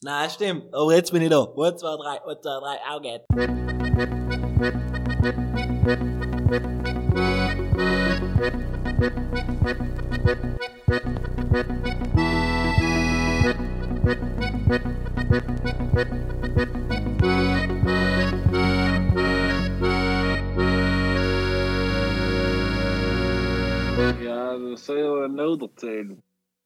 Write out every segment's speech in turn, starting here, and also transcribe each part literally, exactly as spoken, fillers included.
Nein, stimmt. Aber jetzt bin ich da. eins, zwei, drei, eins, zwei, drei, auch geht. Ja, das soll ja noch erzählen.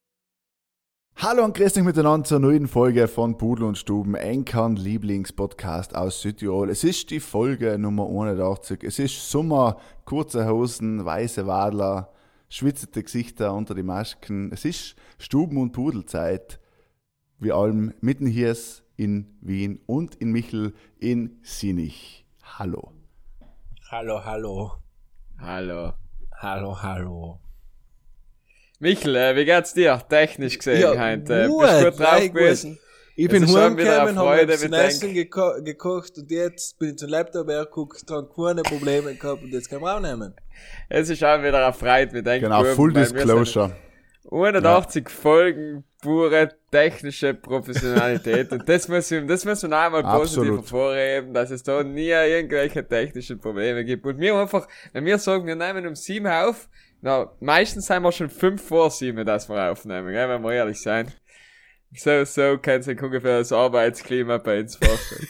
Hallo und grüß dich miteinander zur neuen Folge von Pudel und Stuben, Enkern Lieblingspodcast aus Südtirol. Es ist die Folge Nummer einundachtzig. Es ist Sommer, kurze Hosen, weiße Wadler, schwitzende Gesichter unter die Masken. Es ist Stuben- und Pudelzeit. Wir allem mitten hier in Wien und in Michel in Sinich. Hallo. Hallo, hallo. Hallo. Hallo, hallo. Michel, äh, wie geht's dir? Technisch gesehen, Ja, heute. gut, Bist du gut drauf gut. gewesen? Ich Es bin ist schon wieder eine heimgekommen, habe Freude, mir zum wir Essen geko- gekocht und jetzt bin ich zum Laptop hergeguckt, habe keine Probleme gehabt und jetzt kann man auch nehmen. Es ist auch wieder eine Freude mit den Genau, Buben, Full weil wir Disclosure. sind einundachtzig ja. Folgen, pure technische Professionalität. Und das muss, ich, das muss man auch mal positiv Absolut. hervorheben, dass es da nie irgendwelche technischen Probleme gibt. Und wir einfach, wenn wir sagen, wir nehmen um sieben auf, na, meistens sind wir schon fünf vor sieben, dass wir aufnehmen, gell, wenn wir ehrlich sein. So, so kann sich ungefähr das Arbeitsklima bei uns vorstellen.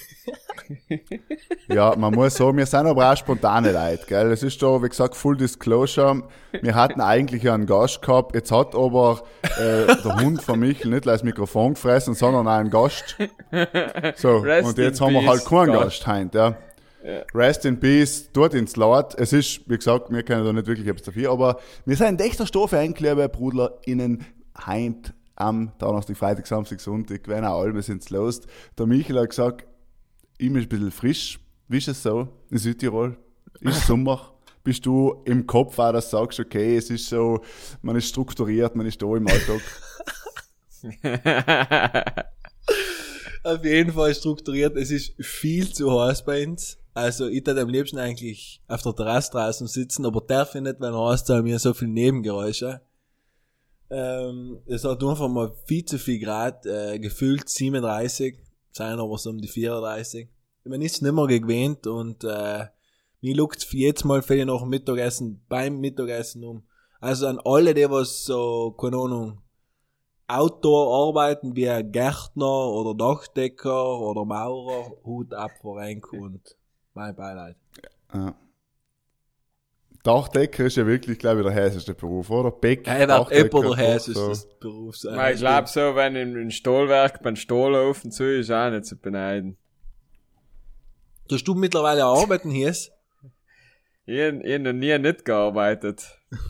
Ja, man muss sagen, wir sind aber auch spontane Leute, gell. Es ist da, wie gesagt, Full Disclosure. Wir hatten eigentlich einen Gast gehabt, jetzt hat aber äh, der Hund von Michel nicht das Mikrofon gefressen, sondern auch einen Gast. So, Rest und jetzt in haben wir halt peace, keinen Gast. Gast heint, ja. Ja. Rest in Peace, dort ins Laut. Es ist, wie gesagt, wir können da nicht wirklich etwas dafür, aber wir sind echt der Stoff eigentlich bei BrudlerInnen heint am Donnerstag, Freitag, Samstag, Sonntag, wenn auch alle sind los. Der Michel hat gesagt, ihm ist ein bisschen frisch. Wie ist es so in Südtirol? Ist Sommer? Bist du im Kopf auch, dass du sagst, okay, es ist so, man ist strukturiert, man ist da im Alltag? Auf jeden Fall strukturiert, es ist viel zu heiß bei uns. Also ich würde am liebsten eigentlich auf der Terrasse draußen sitzen, aber darf ich nicht, weil heißt da mir so viel Nebengeräusche. Ähm, es hat einfach mal viel zu viel Grad, äh, gefühlt siebenunddreißig, sein aber so um die vierunddreißig. Man ist nicht mehr gewöhnt und äh, mir lukt's jetzt mal viel nach dem Mittagessen, beim Mittagessen um. Also an alle, die was so, keine Ahnung, Outdoor arbeiten wie ein Gärtner oder Dachdecker oder Maurer, Hut ab vor Renko und mein Beileid. Ja. Dachdecker ist ja wirklich, glaube ich, der heißeste Beruf, oder? Beck, Hey, wer Dachdecker, öpper der Heiß ist so. das Beruf. Ich glaube so, wenn im, im Stahlwerk beim Stahlofen zu ist, auch nicht zu beneiden. Tust du mittlerweile arbeiten hier? Ich, ich habe noch nie nicht gearbeitet.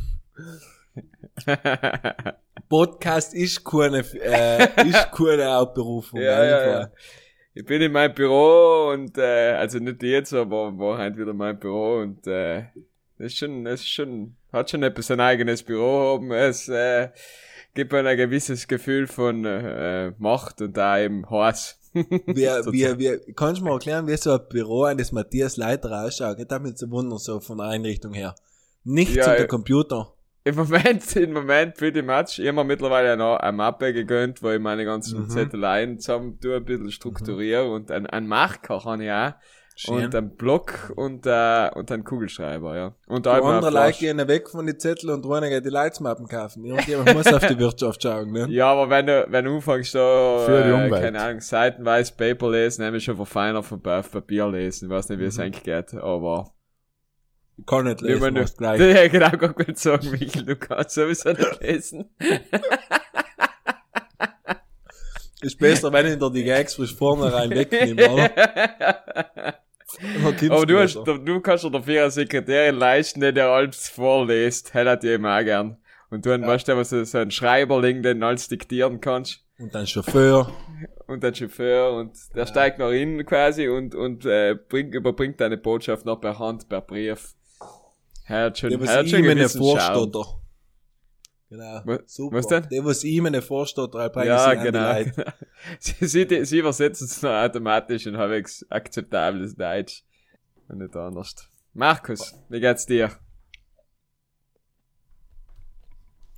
Podcast ist keine, äh, ist keine Hauptberufung. Ja, ja, ja. Ich bin in meinem Büro und, äh, also nicht jetzt, aber war halt wieder mein Büro und, äh, das ist schon, das ist schon, hat schon etwas ein eigenes Büro haben. Es, äh, gibt ein gewisses Gefühl von, äh, Macht und da eben Hass. Wie, wie, wie, kannst du mir erklären, wie so ein Büro eines Matthias Leiter ausschaut? Ich darf mich zu wundern, so von der Einrichtung her. Nichts Ja, um den ja. Computer. Im Moment, im Moment für die Match, ich hab mir mittlerweile eine, eine Mappe gegönnt, wo ich meine ganzen Mhm. Zetteleien zusammen tue, ein bisschen strukturiere mhm. und ein, ein Marker habe ich auch. Schön. Und ein Block und, äh, und ein Kugelschreiber, ja. Und Die da habe ich anderen eine Leute Flasche. gehen weg von den Zetteln und wollen gleich die Leitsmappen kaufen. Irgendjemand muss auf die Wirtschaft schauen, ne? Ja, aber wenn du, wenn du anfängst da, Für die äh, Umwelt. keine Ahnung, seitenweise Paper lesen, nämlich schon verfeinert von auf Papier lesen. Ich weiß nicht, wie es Mhm. eigentlich geht, aber. Ich kann nicht Ich lesen, meine, was gleich. Ja, genau, kann ich nicht sagen, Michael, du kannst sowieso nicht lesen. Ist besser, wenn ich dir die Gags von vornherein wegnehme, oder? Aber du, hast, du kannst dir dafür eine Sekretärin leisten, die dir alles vorliest. Hätte ich eben auch gern. Und du, ja. weißt du, was so ein Schreiberling, den du alles diktieren kannst. Und dann Chauffeur. Und dann Chauffeur. Und der ja. steigt noch hin quasi und, und äh, bringt, überbringt deine Botschaft noch per Hand, per Brief. Er hat schon, der, er hat schon ihm gewissen Charme. Genau. Was, super. Was denn? Der, was ihm eine vorsteht, bringt ja, sie genau. an die Leute. sie, sie, sie übersetzen es noch automatisch in halbwegs akzeptables Deutsch. Und nicht anders. Markus, wie geht's dir?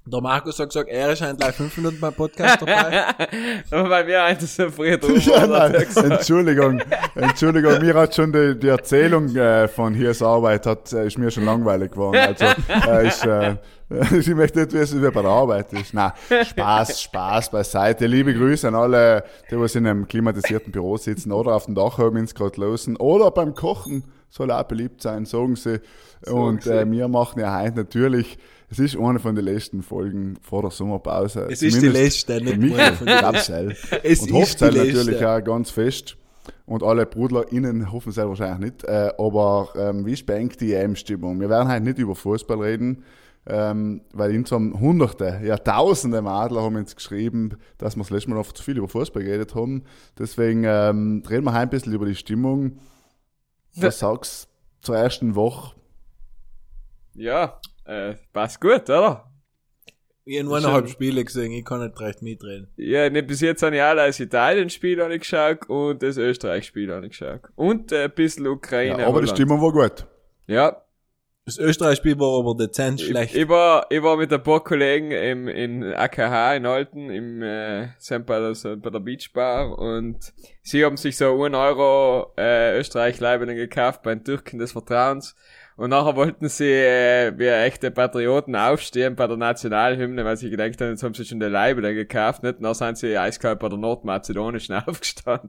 Der Markus hat gesagt, er ist eigentlich fünf Minuten beim Podcast dabei. Aber weil wir eigentlich so früh drüber Ja, waren, hat nein, er gesagt. Entschuldigung, Entschuldigung, mir hat schon die, die Erzählung äh, von Hiers Arbeit hat, äh, ist mir schon langweilig geworden. Also, äh, ich, äh, ich möchte nicht wissen, wie bei der Arbeit ist. Nein, Spaß, Spaß beiseite. Liebe Grüße an alle, die was in einem klimatisierten Büro sitzen oder auf dem Dach oben ins gerade losen oder beim Kochen, soll auch beliebt sein, sagen sie. Sagen Und sie. äh, wir machen ja heute natürlich, es ist eine von den letzten Folgen vor der Sommerpause. Es ist die letzte, für nicht mich eine von den Rapsel. Es Und ist Hochzeit die letzte. natürlich auch ganz fest. Und alle BrudlerInnen hoffen es ja wahrscheinlich nicht. Äh, aber ähm, wie ist bei euch die E M-Stimmung? Wir werden heute nicht über Fußball reden, ähm, weil insgesamt Hunderte, ja Tausende Adler haben uns geschrieben, dass wir das letzte Mal oft zu viel über Fußball geredet haben. Deswegen ähm, reden wir heute ein bisschen über die Stimmung. Was sagst du zur ersten Woche? Ja, äh, passt gut, oder? Ich habe eineinhalb Spiele gesehen, ich kann nicht recht mitreden. Ja, ne, bis jetzt habe ich alle das Italien-Spiel angeschaut und das Österreich-Spiel angeschaut. Und äh, ein bisschen Ukraine. Ja, aber die Holland. Stimmung war gut. Ja, Das Österreich-Spiel war aber dezent ich, schlecht. ich, war, ich war mit ein paar Kollegen im, in A K H in Alten, im, äh, sind bei der, so, bei der Beachbar und sie haben sich so ein Euro, äh, Österreich-Leibenden gekauft bei den Türken des Vertrauens. Und nachher wollten sie, äh, wie echte Patrioten aufstehen bei der Nationalhymne, weil sie gedacht haben, jetzt haben sie schon die Leibenden gekauft, nicht? Und dann sind sie eiskalt bei der Nordmazedonischen aufgestanden.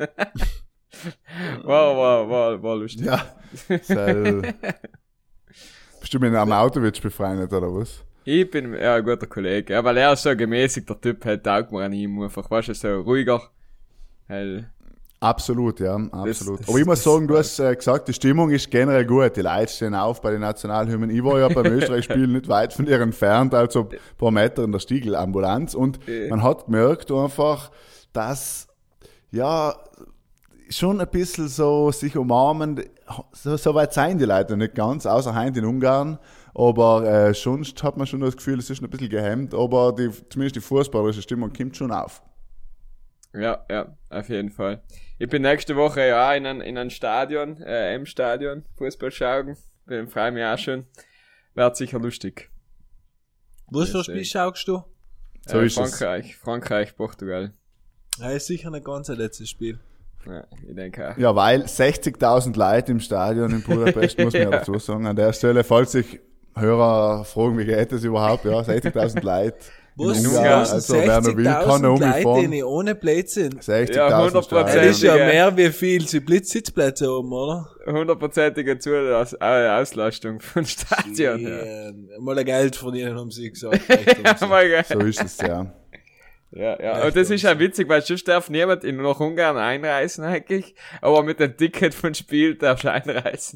war, war, war, war lustig. Ja. Sei, bist du mit einem Autowitsch befreundet, oder was? Ich bin, ja, ein guter Kollege, ja, weil er ist so ein gemäßigter Typ, halt, taugt mir an ihm einfach, weißt du, so ruhiger, halt. Absolut, ja, absolut. das- Aber ich muss das- sagen, du hast äh, gesagt, die Stimmung ist generell gut. Die Leute stehen auf bei den Nationalhymnen. Ich war ja beim Österreich-Spiel nicht weit von ihr entfernt, also ein paar Meter in der Stiegelambulanz. Und man hat gemerkt einfach, dass, ja, schon ein bisschen so sich umarmen, so, so weit seien die Leute nicht ganz, außer heute in Ungarn. Aber äh, sonst hat man schon das Gefühl, es ist ein bisschen gehemmt, aber die, zumindest die fußballerische Stimmung kommt schon auf. Ja, ja, auf jeden Fall. Ich bin nächste Woche ja in ein, in ein Stadion, äh, M-Stadion, Fußball schauen. Bin freue mich auch schon. Wird sicher lustig. Was für ein Ja, Spiel sehr. schaust du? So äh, ist es. Frankreich, Frankreich, Portugal. Ja, ist sicher ein ganz letztes Spiel. Ja, ich denke auch. Ja, weil sechzigtausend Leute im Stadion in Budapest, muss man ja dazu sagen. An der Stelle, falls sich Hörer fragen, wie geht das überhaupt, ja, sechzigtausend Leute in Was? Ungarn, was? also wer noch will, kann noch Leute, umfahren. die ohne Platz sind. Ja, sechzigtausend hundert Prozent. Das Stadion. ist ja Ja. mehr wie viel sie Blitz Sitzplätze haben, oder? Hundertprozentige Zulass, äh, Auslastung von Stadion. Ja. Ja. Mal ein Geld verdienen, haben sie gesagt. Recht haben sie. Mal geil. So ist es, ja. Ja, ja. Echt Und das ist ja Wahnsinn. witzig, weil sonst darf niemand in nach Ungarn einreisen eigentlich, aber mit dem Ticket von Spiel darfst du einreisen.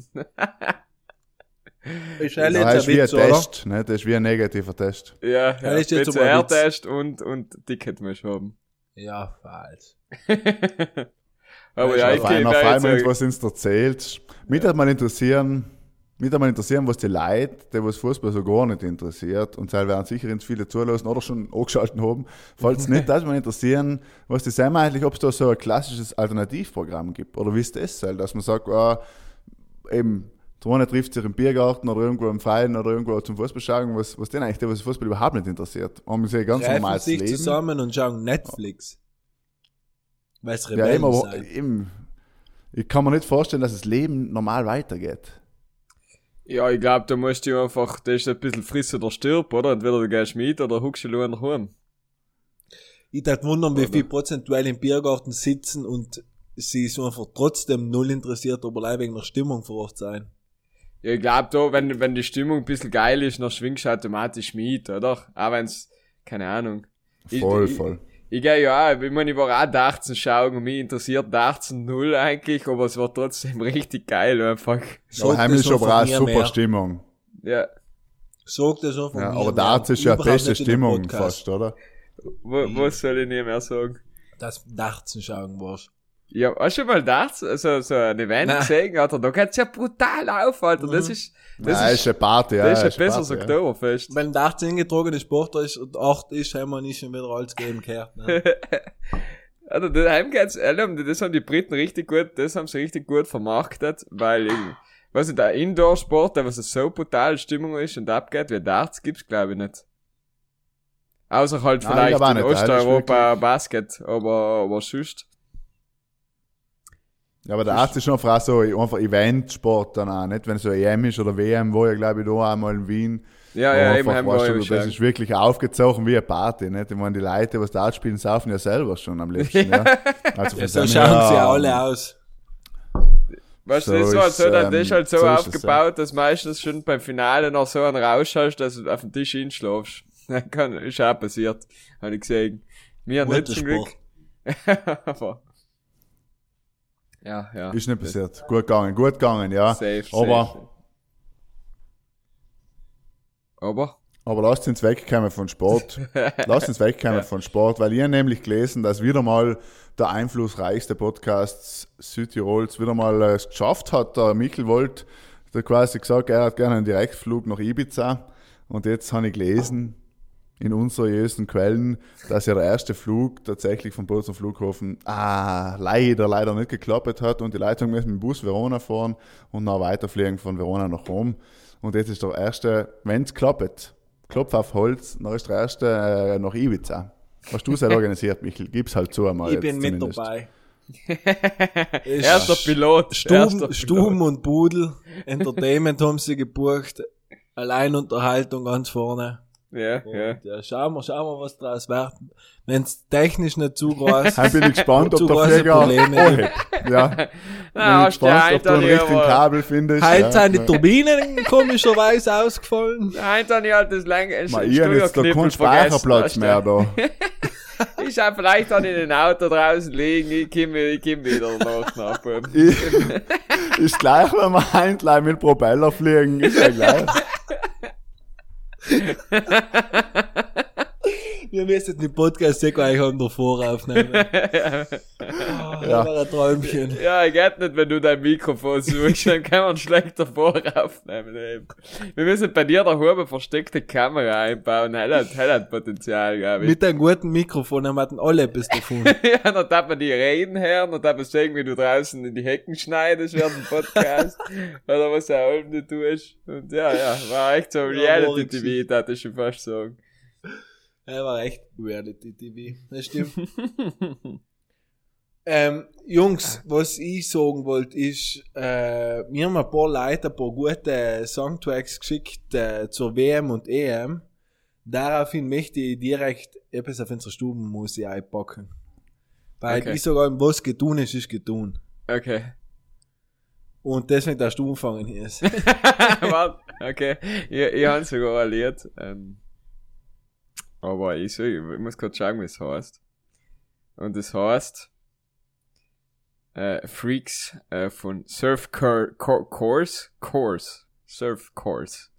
Ist Das eigentlich heißt jetzt wie ein ein Witz, oder? Test, ne? Das ist wie ein negativer Test. ja, Ja, ja. ist jetzt P aber C ein Witz. R-Test und, und Ticket musst du haben. Ja, falsch. aber Ja, ja, ist ich Auf gehe einmal, auf einmal jetzt, was uns erzählt. Mich hat mal interessieren, mich hat mal interessieren, was die Leute, die was Fußball so gar nicht interessiert, und sie werden sicher ins viele zulassen oder schon angeschalten haben, falls nicht, das mal interessieren, was die sagen eigentlich, ob es da so ein klassisches Alternativprogramm gibt, oder wie ist das, dass man sagt, ah, eben, der eine trifft sich im Biergarten oder irgendwo im Freien oder irgendwo zum Fußball schauen, was, was den eigentlich, der was Fußball überhaupt nicht interessiert. Haben sie ein ganz Treffen normales sich Leben. zusammen und schauen Netflix. Weil es Ja, Rebellen eben, aber sind. eben, ich kann mir nicht vorstellen, dass das Leben normal weitergeht. ja, ich glaube, da musst du einfach, das ist ein bisschen friss oder stirb, oder? Entweder du gehst mit oder huckst du nur nach Hause. Ich darf wundern, wie viel prozentuell im Biergarten sitzen und sie so einfach trotzdem null interessiert, aber allein wegen der Stimmung vor Ort sein. Ja, ich glaube da, wenn, wenn die Stimmung ein bisschen geil ist, dann schwingst du automatisch mit, oder? Auch wenn's, keine Ahnung. Ich- Voll, ich, voll. Ich gehe ja auch, ich meine, ich war auch Dartsen schauen und mich interessiert Dartsen null eigentlich, aber es war trotzdem richtig geil einfach. Aber Sagt heimlich das ist noch aber auch von mir super mehr. Stimmung. Ja. Sagt das auch von Ja, mir aber mehr. Darts ist ja Überhaupt beste nicht in dem Stimmung Podcast. fast, oder? Wo, was soll ich nicht mehr sagen? Dass du Dartsen schauen warst. Ja, hast du schon mal Darts, also so ein Event Nein. gesehen, Alter? Da geht's ja brutal auf, Alter. Das ist, das Nein, ist, ist eine Party, ja. das ist ein eine besseres Party, ja. Oktoberfest. Wenn Darts eingetragene Sport ist und acht ist, haben wir nicht schon wieder alles geben gehört. Ne? Also, daheim geht's, ehrlich, das haben die Briten richtig gut, das haben sie richtig gut vermarktet, weil, ich, was nicht, der Indoor-Sport, der was so brutal Stimmung ist und abgeht, wie Darts gibt's, glaube ich, nicht. Außer halt Nein, vielleicht ich glaub auch in nicht. Osteuropa Basket, aber, aber sonst. Ja, aber der erste ist schon auch so einfach Eventsport dann auch, nicht? Wenn es so E M ist oder W M, wo ja, glaube ich, da einmal in Wien. Ja, wo ja, einfach, eben haben weißt wir du, ja das schon. ist wirklich aufgezogen wie eine Party, nicht? Ich meine, die Leute, was da spielen, saufen ja selber schon am liebsten, ja. Also von Ja, so dem schauen her, sie ähm, alle aus. Weißt du, So das ist halt ist, so, dann, das ist ähm, halt so, so ist es, aufgebaut, dass meistens schon beim Finale noch so einen rausschaust, dass du auf den Tisch hinschlafst. Kann, ist auch passiert. Habe ich gesehen. Mir nicht zum Glück. Aber, ja, ja. Ist nicht passiert. Gut gegangen, gut gegangen, ja. Safe, aber, safe. Aber? aber lasst uns wegkommen von Sport. Lasst uns wegkommen Ja. von Sport, weil ich habe nämlich gelesen, dass wieder mal der einflussreichste Podcast Südtirols wieder mal äh, es geschafft hat. Der Michael Wolt hat quasi gesagt, er hat gerne einen Direktflug nach Ibiza. Und jetzt habe ich gelesen, in unseriösen Quellen, dass ja der erste Flug tatsächlich vom Bozen Flughafen ah, leider, leider nicht geklappt hat und die Leitung müssen mit dem Bus Verona fahren und dann weiterfliegen von Verona nach Rom. Und jetzt ist der erste, wenn es klappt, Klopf auf Holz, dann ist der erste äh, nach Ibiza. Hast du es halt organisiert, Michael? Gib's halt zu einmal. Ich jetzt bin mit zumindest. dabei. Erster Pilot. Stuben, erster Stuben und Pudel, Entertainment haben sie gebucht, Alleinunterhaltung ganz vorne. Ja, Und, ja. ja, schauen wir, schauen wir, was draus wird. Wenn es technisch nicht zu groß Dann bin ich gespannt, ob zu der große Flieger Probleme anhebt. Ja. Bin Na, ich hast du ja gespannt, ob du einen Alter, richtigen aber- Kabel findest. Heute ja. sind die Turbinen komischerweise ausgefallen. Heute habe ich halt das lange Ma, ich habe jetzt da keinen Speicherplatz mehr da. Ich habe vielleicht dann in den Auto draußen liegen, ich komme ich komm wieder nach Napoli. Ich, ist gleich, wenn wir Heimlein mit Propeller fliegen, ist ja gleich. Wir müssen den Podcast ja gleich haben davor aufnehmen. Oh, Ja. das war ein Träumchen. Ja, geht nicht, wenn du dein Mikrofon suchst, dann kann man schlechter vor aufnehmen. Eben. Wir müssen bei dir daheim eine versteckte Kamera einbauen, hell hat, hell hat Potenzial, glaube ich. Mit einem guten Mikrofon haben wir alle etwas davon. Ja, dann darf man die reden hören, dann darf man sehen, wie du draußen in die Hecken schneidest während dem Podcast. Oder was auch immer du tust. Und ja, ja, war echt so Ja, Reality-T V, darf ich schon fast sagen. Er war echt Reality-T V. Das stimmt. ähm, Jungs, was ich sagen wollte, ist, äh, mir haben ein paar Leute ein paar gute Songtracks geschickt äh, zur W M und E M. Daraufhin möchte ich direkt etwas auf unsere Stubenmusik einpacken. Weil Okay. ich sage, was getun ist, ist getun. Okay. Und deswegen darfst du anfangen hier. Warte, okay. Ich, ich habe sogar ein Lied. Ähm, aber ich, so, ich muss kurz schauen, wie es heißt. Und es heißt äh, Freaks äh, von Surf Cor Cor Course. Course. Surf Course.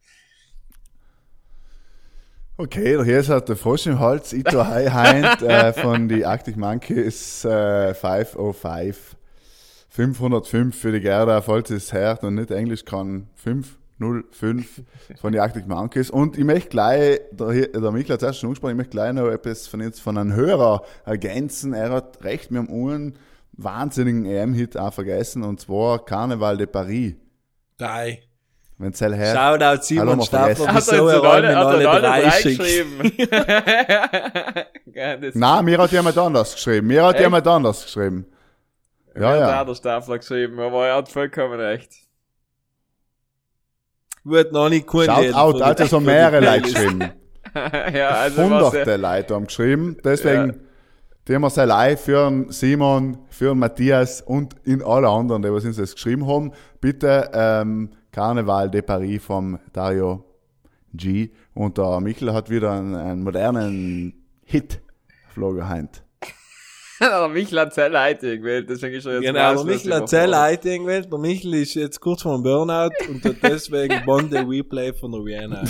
Okay, der hier ist halt der Frosch im Hals. Ich tue heint äh, von die Arctic Monkeys äh, fünf null fünf. fünfhundertfünf für die Gerda, falls es hört und nicht Englisch kann. fünf null fünf von die Arctic Monkeys. Und ich möchte gleich, der, der Michael hat zuerst schon angesprochen, ich möchte gleich noch etwas von, jetzt von einem Hörer ergänzen. Er hat recht, wir haben einen wahnsinnigen E M-Hit auch vergessen, und zwar Carnaval de Paris. Drei. Wenn es hört. Shoutout Hallo, Simon mal Stapler, vergessen. Hat er wieso jetzt er alle, alle, hat alle er alle drei drei schickt. geschrieben? Geil, das- Nein, mir hat jemand anders geschrieben. Mir hat Echt? jemand anders geschrieben. Mir Ja, hat ja. auch der Staffler geschrieben, aber er hat vollkommen recht. Wird noch nicht cool. Shout out, also so mehrere Leute geschrieben. Ja, also was Hunderte Leute haben geschrieben. Deswegen, Ja. die haben wir sehr live für den Simon, für den Matthias und in alle anderen, die was uns das geschrieben haben. Bitte, ähm, Carnaval de Paris vom Dario G. Und der Michael hat wieder einen, einen modernen Hit geflogen heint. der Michael hat sehr Leute gewählt, deswegen ist er jetzt Genau, der raus, Michael was hat sehr ich leid gewählt. Der Michael ist jetzt kurz vor dem Burnout und hat deswegen Bond the Replay von der Vienna.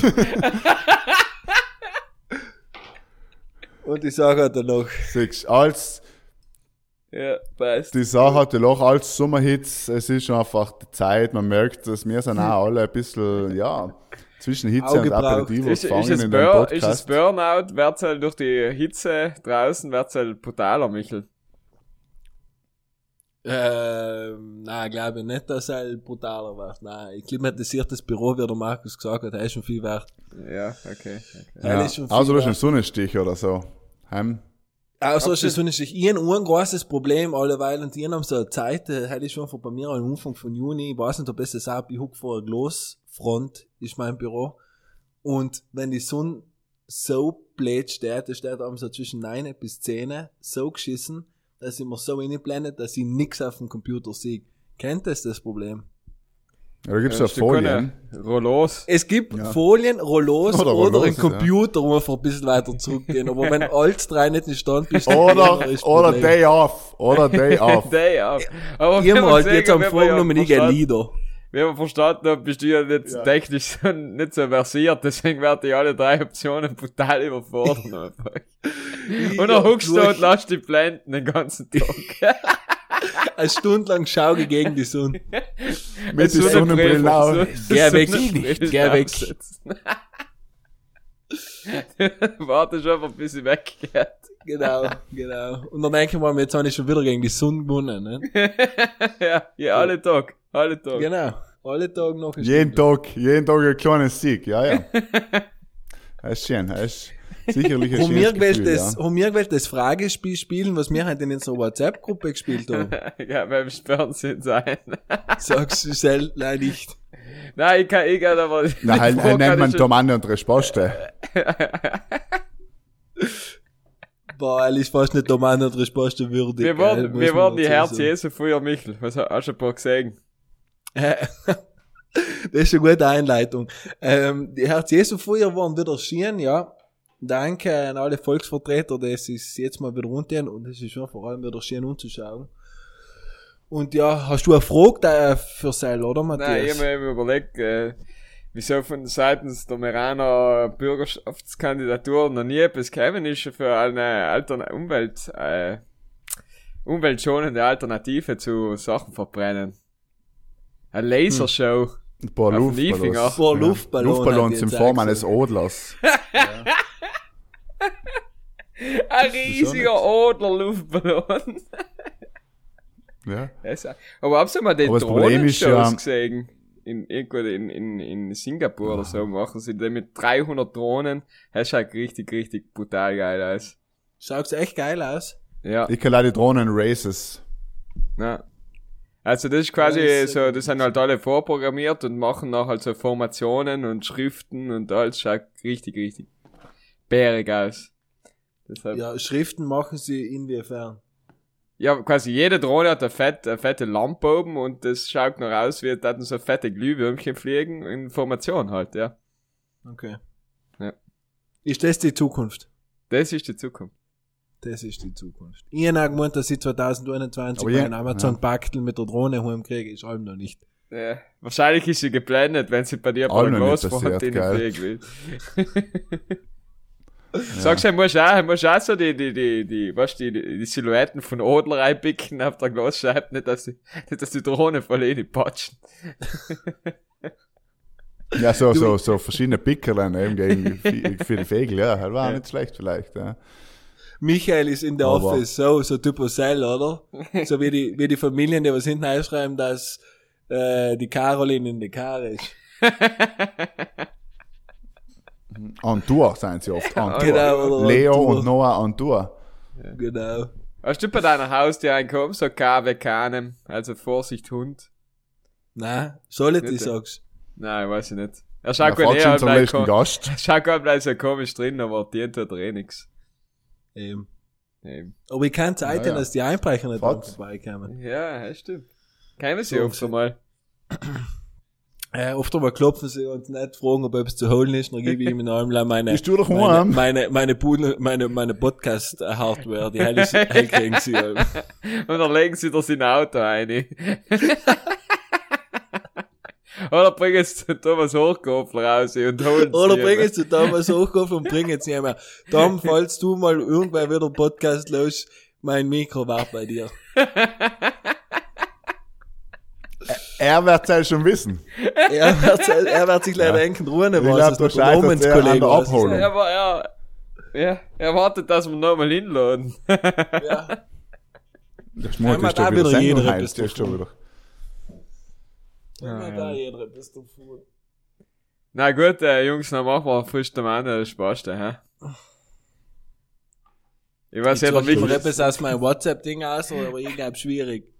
Und ich sage halt noch, Six. Als Ja, passt. die Sache hat ja auch als Sommerhits, es ist einfach die Zeit, man merkt, dass wir sind auch alle ein bisschen, ja, zwischen Hitze Auge und braucht. Aperitivo Ist, ist, gefangen es in dem Bur ist es Podcast. Burnout, wird's halt durch die Hitze draußen, wird's halt brutaler, Michael. Ähm, nein, glaube ich nicht, dass er brutaler wird. Nein, ich klimatisiert das Büro, wie der Markus gesagt hat, er ist schon viel wert. Ja, okay. okay. Er Ja. ist schon viel Also du hast wert. einen Sonnenstich oder so. Heim. Also, ist so nicht ich ein großes Problem alleweil und ich haben so eine Zeit, äh, hätte ich schon von bei mir am Anfang von Juni, ich weiß nicht, ob es das auch, ich huck vor einer Glasfront, ist mein Büro. Und wenn die Sonne so blöd steht, das steht abends so zwischen neun bis zehn, so geschissen, dass ich mir so reinblendet, dass ich nix auf dem Computer sehe. Kennt das das Problem? Ja, da gibt's Ja, ja Folien. Rollos. Es gibt Ja. Folien, Rollos Oder oder, Rollos, einen Computer, wo wir ein bisschen weiter zurückgehen. Aber wenn alles drei nicht in Stand bist, dann Oder, ist oder Problem. Day Off. Oder Day Off. Day off. Aber Ich wenn hab man halt sagen, jetzt am wenn man vorgenommen, ja ich gehe verstanden- Lieder. Wie man verstanden hat, bist du ja nicht Ja. technisch so, nicht so versiert, deswegen werden die alle drei Optionen brutal überfordern. einfach. Und dann huckst du und lässt dich blenden den ganzen Tag. Eine Stunde lang schaue ich gegen die Sonne. Mit den Sonnenbrillen auch. Geh weg, geh weg. Warte schon, mal, bis sie weggeht. Genau, genau. Und dann denke ich mir, jetzt habe ich schon wieder gegen die Sonne gewonnen. Ne? ja, ja, alle Tag. Alle Tag. Genau. Alle Tage noch ein Jeden Stück. Tag, jeden Tag ein kleines Sieg. Ja, ja. Das ist schön. Das ist sicherlich ein Haben wir schönes gewählt Gefühl, das, ja. haben wir gewählt das Fragespiel spielen, was wir heute in unserer WhatsApp-Gruppe gespielt haben? ja, beim Fernsehen sein. Sagst du selbst leider nicht. Nein, ich kann, ich kann aber. Na, halt, die Frage halt nennt kann man ich schon- Domande und Resposte. Boah, ehrlich, fast nicht der Mann und Resposte würdig. Wir gell, waren, muss wir man waren die dazu Herz sagen. Jesu früher Michel. Was hast du schon ein paar gesehen? Das ist eine gute Einleitung. Ähm, die Herz Jesu Feuer waren wieder schien, ja. Danke an alle Volksvertreter, das ist jetzt mal wieder runter und das ist schon vor allem wieder schön anzuschauen. Und ja, hast du eine Frage da für Seil, oder Nein, ich Matthias? habe mir eben überlegt, äh, wieso von seitens der Meraner Bürgerschaftskandidatur noch nie etwas gekommen ist für eine Altern Umwelt, äh, umweltschonende Alternative zu Sachen verbrennen. Eine Lasershow. Ein paar Auf Liefinger. Luftballons. Ein paar Luftballone Luftballons hat in die Form jetzt eines Odlers. Ein riesiger Odler-Luftballon. Ja. Also, aber haben Sie mal die Aber das Problem ist Drohnenshows ja- gesehen? In, irgendwo in, in, in Singapur oder so machen sie die mit dreihundert Drohnen. Das schaut richtig, richtig brutal geil aus. Schaut echt geil aus. Ja, Ich kann leider Drohnen Races. ja. Also das ist quasi Ja, ist sehr so, gut. das sind halt alle vorprogrammiert und machen noch halt so Formationen und Schriften und alles schaut richtig, richtig bärig aus. Deshalb, ja. Ja, Schriften machen sie inwiefern. quasi jede Drohne hat eine fette, eine fette Lampe oben und das schaut noch aus, wie da so fette Glühwürmchen fliegen in Formation halt, ja. Okay. Ja. Ist das die Zukunft? Das ist die Zukunft. Das ist die Zukunft. Ich habe auch gemeint, dass ich zwanzig einundzwanzig Aber meinen ja, Amazon-Paktel mit der Drohne heimkriege. Ist allem noch nicht. Ja. Wahrscheinlich ist sie geblendet, wenn sie bei dir bei Auch der noch nicht Großfront passiert, geil. fliegen will. Sagst du, musst auch, musst auch so die, die, die, die, was, die, die Silhouetten von Odler reinpicken auf der Glasscheibe, nicht, dass die, nicht, dass die Drohne voll in die patschen. Ja, so, so, so verschiedene Pickerlein eben gegen die- für die Vögel, ja. Das war auch nicht schlecht vielleicht, ja. Michael ist in der Aber- Office so, so Typo Cell, oder? So wie die, wie die Familien, die was hinten einschreiben, dass, äh, die Caroline in der Karre ist. On Tour sind sie oft. On Tour. Genau, oder on Leo Tour. und Noah on Tour. Genau. Hast du bei deiner Haustür einkommen, so K W Kanem, also Vorsicht Hund? Nein, soll ich dir Bitte. sagst? Nein, weiß ich nicht. Er Ja, schaut gar fragt nicht, schon er zum bleibt letzten kom- Gast. er schaut gar nicht so komisch drin, aber die tut er eh nix. Eben. Eben. Aber ich kann Zeit, Ja, ja. dass die Einbrecher nicht Fahrt. dran vorbeikommen. Ja, das stimmt. Kennen sie So, oft einmal. Äh, oft einmal klopfen sie und nicht fragen, ob etwas zu holen ist, dann gebe ich ihm in allem meine, Bist du doch meine, heim? meine, meine, Pudel- meine, meine Podcast-Hardware, die hell ist, hell kriegen sie. halt. Und dann legen sie das in ein Auto ein. Oder bringen sie den Thomas Hochkopfler raus und holen Oder sie bring es zu Thomas Hochkopf und bring jetzt nicht mehr. Tom, falls du mal irgendwann wieder Podcast los, mein Mikro war bei dir. Er wird es halt schon wissen. Er wird, er wird sich leider Ja. denken, Ruhne Ich was glaub, es da der scheitert Romans er an Kollege der was es Abholung. ist. Ja, aber er, ja, er wartet, dass wir ihn nochmal hinladen. Ja. Der Schmort Einmal ist doch da wieder wieder Sendung jeder heilt, etwas der ist schon davon. wieder. Ja, da jeder etwas davon. Na gut, äh, Jungs, dann machen wir frisch am Ende, das Spaß, hä? Ich weiß Ich ja, suche wie mir etwas aus meinem WhatsApp-Ding aus, aber ich glaube, schwierig.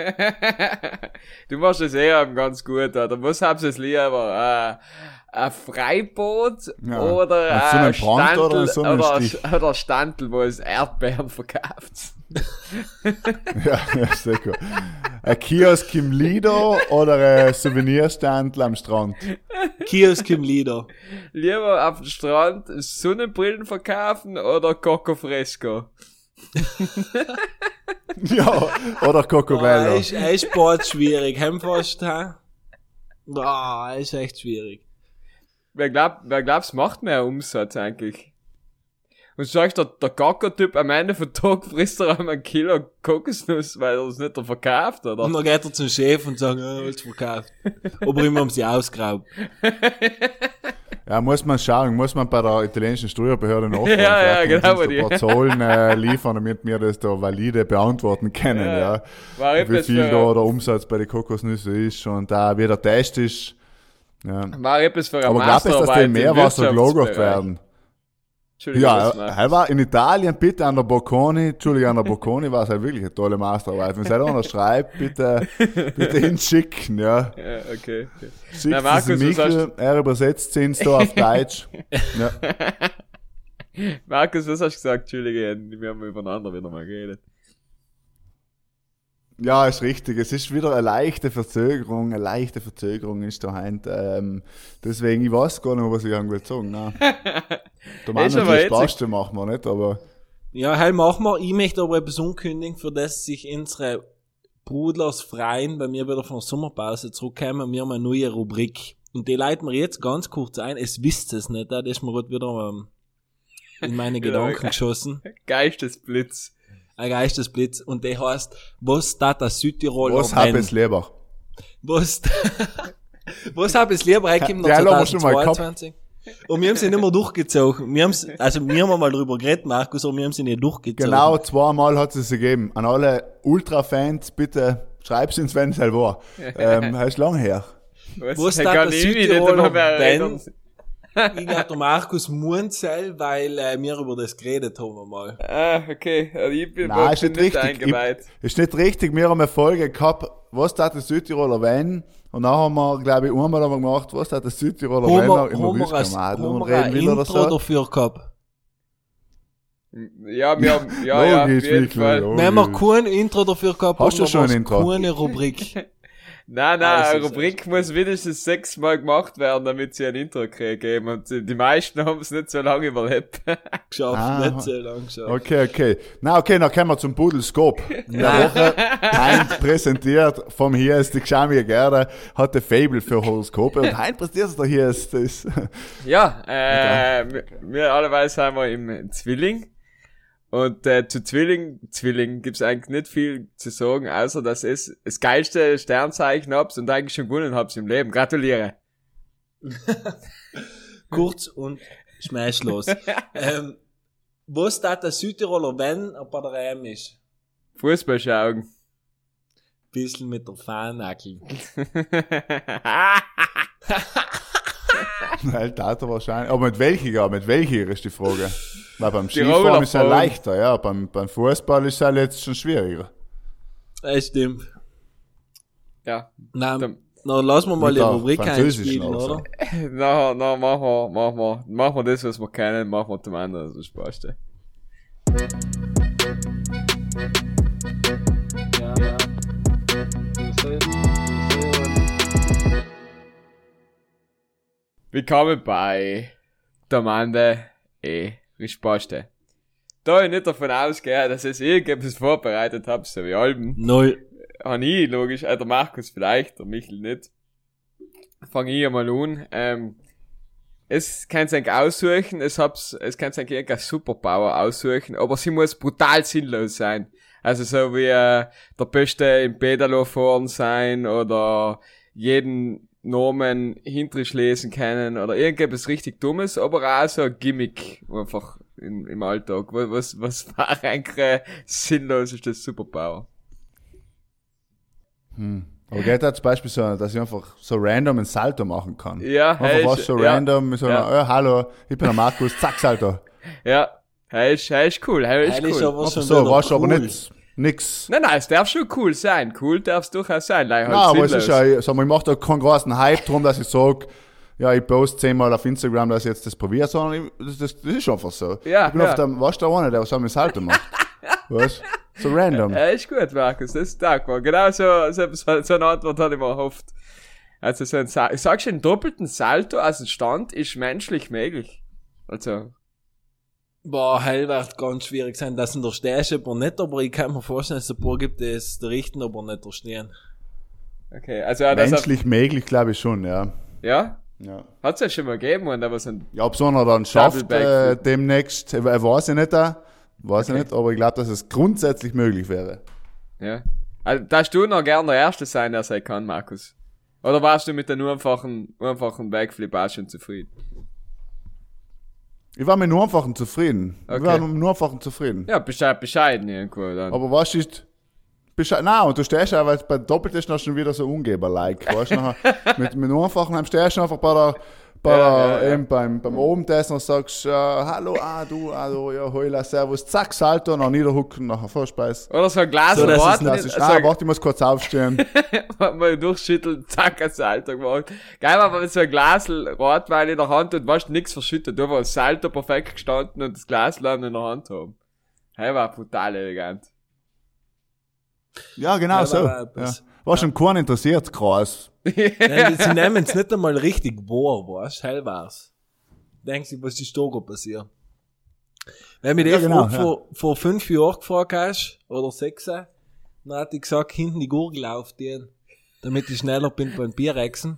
Du machst das eh ganz gut, oder? Was habt ihr es lieber? Äh, ein Freiboot Ja. oder Mit so ein einem Brand Standel oder so einem oder, Stich? oder ein Standel, wo es Erdbeeren verkauft? Ja, ja, sehr cool. Ein Kiosk im Lido oder ein Souvenirstand am Strand? Kiosk im Lieder. Lieber auf dem Strand Sonnenbrillen verkaufen oder Coco Fresco? Ja, oder Ah, Cocobello. ist, ist Sport schwierig. Heimfast, hä? Ah, ist echt schwierig. Wer glaubt, wer glaubt's macht mehr Umsatz eigentlich? Und sagst du, der Coco-Typ am Ende vom Tag frisst er einmal ein Kilo Kokosnuss, weil er es nicht verkauft, oder? Und dann geht er zum Chef und sagt, ja, willst du verkauft? Aber immer um sie ausgeraubt. Ja, muss man schauen, muss man bei der italienischen Steuerbehörde nachfragen. Ja, ja, Vielleicht genau, können sie die- uns ein paar Zahlen äh, liefern, damit wir das da valide beantworten können, Ja. ja. War Wie etwas viel für, da der Umsatz bei den Kokosnüssen ist und da wie der Test ist. Ja. war etwas für eine Aber glaubst du, dass Masterarbeit die im Meerwasser gelagert Wirtschaftsbereich? werden? Entschuldigung, was Ja, machst du? er war in Italien, bitte an der Bocconi, Entschuldigung, an der Bocconi war es halt wirklich eine tolle Masterarbeit. Wenn es halt einer schreibt, bitte, bitte hinschicken, ja. Ja, okay, okay. Schickt Na, es Markus, was Mikkel, er übersetzt es da auf Deutsch. Ja. Markus, was hast du gesagt? Entschuldige, wir haben übereinander wieder mal geredet. Ja, ist richtig. Es ist wieder eine leichte Verzögerung. Eine leichte Verzögerung ist da heint. Ähm, deswegen, ich weiß gar nicht, was ich irgendwie sagen. Nein. Der Mann Ist aber natürlich jetzt- Spaß machen wir nicht, aber Ja, halt machen wir. Ich möchte aber etwas unkündigen, für das sich unsere Brudlers freien, bei mir wieder von der Sommerpause zurückkommen. Wir haben eine neue Rubrik. Und die leiten wir jetzt ganz kurz ein. Es wisst es nicht, das ist mir gerade wieder ähm, in meine Gedanken geschossen. Geistesblitz. Ein Geistesblitz. Und der heißt, was tat das Südtiroler was hab wenn? es lieber? Was, was hab es lieber reingekommen Ja, nach haben wir schon mal gehabt. zweitausendzweiundzwanzig? Und wir haben sie nicht mehr durchgezogen. Wir haben's, also wir haben mal drüber geredet, Markus, aber wir haben sie nicht durchgezogen. Genau, zweimal hat es gegeben. An alle Ultra-Fans, bitte schreib's ins wenn es halt war. Ähm, das ist lang her. Was, Wo ist ich da kann der mich nicht Südtiroler einmal mehr Ben? erinnern. Ich glaube, der Markus Munzel, weil äh, wir über das geredet haben einmal. Ah, okay. Also ich bin, Nein, bin ist nicht richtig. eingeweiht. Ich, ist nicht richtig. Wir haben eine Folge gehabt, was tat der Südtiroler wenn? Und dann haben wir, glaube ich, einmal haben wir gemacht, was tat der Südtiroler Haben wenn? wir, Immer haben wir, ein, Wüstgamadeln haben und wir ein reden will oder Intro so. dafür gehabt? Ja, wir haben, ja, ja, auf Logisch, jeden wirklich, Fall. logisch. Wenn wir kein Intro dafür gehabt Hast du haben, schon dann ein war's Intro? keine Rubrik. Nein, nein, Alles eine ist Rubrik muss mindestens sechsmal gemacht werden, damit sie ein Intro kriegen. Und die meisten haben es nicht so lange überlebt. Geschafft, Ah. nicht so lang geschafft. Okay, okay. Na, okay, dann kommen wir zum Pudelscope. Der Woche Hein präsentiert vom Hier ist die Gschamie Gerda, hat ein Fable für Horoskope und Hein präsentiert es da hier ist das. Ja, äh, wir, wir alle sind wir im Zwilling. Und äh, zu Zwilling, Zwilling gibt's eigentlich nicht viel zu sagen, außer dass es das geilste Sternzeichen hab's und eigentlich schon gewonnen hab's im Leben. Gratuliere. Kurz und schmeißlos. ähm, was tat der Südtiroler, wenn er bei der E M ist? Fußball schauen. Bisschen mit der Fahnnackel. Nein, Tata wahrscheinlich. Aber mit welcher, mit welcher ist die Frage? Weil beim Die Skifahren ist ja Rollerform. leichter, ja. Beim, beim Fußball ist es halt jetzt schon schwieriger. Das stimmt. Ja, Na, Dann- na lassen wir mal Mit die der Rubrik französischen einspielen, also. oder? na, na, machen wir, machen wir, machen wir das, was wir kennen, machen wir zum anderen, so Spaß. Ja, ja. Das soll, das soll, Willkommen bei der Mande eh Risposte. Da ich nicht davon ausgehe, dass ich irgendetwas vorbereitet habe, so wie Alben, Null. habe ich logisch, äh, der Markus vielleicht, der Michel nicht, fange ich einmal an. Ähm, es kann sich aussuchen, es hab's, es kann sich irgendein Superpower aussuchen, aber sie muss brutal sinnlos sein. Also so wie äh, der Beste im Pedalo fahren sein oder jeden Namen hinterisch lesen können oder irgendetwas richtig Dummes, aber auch so ein Gimmick einfach in, im Alltag. Was, was, was war eigentlich ein sinnlosestes Superpower? Hm. Aber geht da zum Beispiel so, dass ich einfach so random ein Salto machen kann? Ja, Einfach hey, was ist- so ja. random, mit so Ja. einer, äh, hallo, ich bin der Markus, zack, Salto. Ja, hey, ist, hey, ist cool, hey, ist Heil ist cool. aber Einfach schon so, wieder weißt du, aber cool. nicht, nix. Nein, nein, es darf schon cool sein. Cool darf es durchaus sein. Like, halt Ja, aber es sinnlos. ist ja, sag mal, ich mach da keinen großen Hype drum, dass ich sag, ja, ich poste zehnmal auf Instagram, dass ich jetzt das probiere, sondern ich, das, das, das ist einfach so. Ja, ich bin ja. auf der, weißt du, der eine, der so mit Salto macht. Weißt so random. Ja, ist gut, Markus, das ist dankbar. Genau so, so, so, so eine Antwort hatte ich mir erhofft. Also so ein Sa- ich sag schon, einen doppelten Salto aus dem Stand ist menschlich möglich. Also, Boah, Heil wird ganz schwierig sein, dass in der stehst aber nicht, aber ich kann mir vorstellen, dass es ein paar gibt, die es da richten, aber nicht da stehen. okay, also ja, das hat, Menschlich möglich, glaube ich schon, ja. ja, Ja. hat's ja schon mal gegeben und aber so ein, Ja, ob so einer dann schafft, Double äh, Backflip. demnächst, äh, weiß ich nicht, äh, weiß Okay. ich nicht, aber ich glaube, dass es grundsätzlich möglich wäre. ja. Also, darfst du noch gerne der Erste sein, der sein kann, Markus? Oder warst du mit der nur einfachen, einfachen Backflip auch schon zufrieden? Ich war mit nur einfachen zufrieden. Ich Okay. war mit nur einfachen zufrieden. Ja, bescheid, bescheiden irgendwo dann. Aber was ist, Bescheid, nein, und du stehst ja, weil bei Doppelt ist noch schon wieder so Ungeber-like, weißt du, nachher, mit, mit nur einfachen heim stehst du einfach bei der, bei Ja, der, ja, ja. eben beim, beim Obentessen und sagst, äh, hallo, ah, du, ah, du, ja, heula, servus, zack, Salto, noch niederhucken, nachher Vorspeis. Oder so ein Glas So, dass es Rot, noch- Das ist, so ah, ein- warte, ich muss kurz aufstehen. mal durchschütteln, zack, ein Salto gemacht. Geil, aber mit so ein Glas Rotwein in der Hand und weißt nix verschüttet. Da war ein Salto perfekt gestanden und das Glas in der Hand haben. Hey, war brutal elegant. Ja, genau Ja, so. war Ja. etwas. War schon keinen interessiert, krass. Nein, sie nehmen es nicht einmal richtig wahr, weißt du, Heil war's. Denkst du, was ist da gerade passiert? Wenn mich Ja, die genau, Frage ja. vor, vor fünf Jahren gefragt hast, oder sechs, dann hat ich gesagt, hinten die Gurgel aufstehen, damit ich schneller bin beim Bierrexen.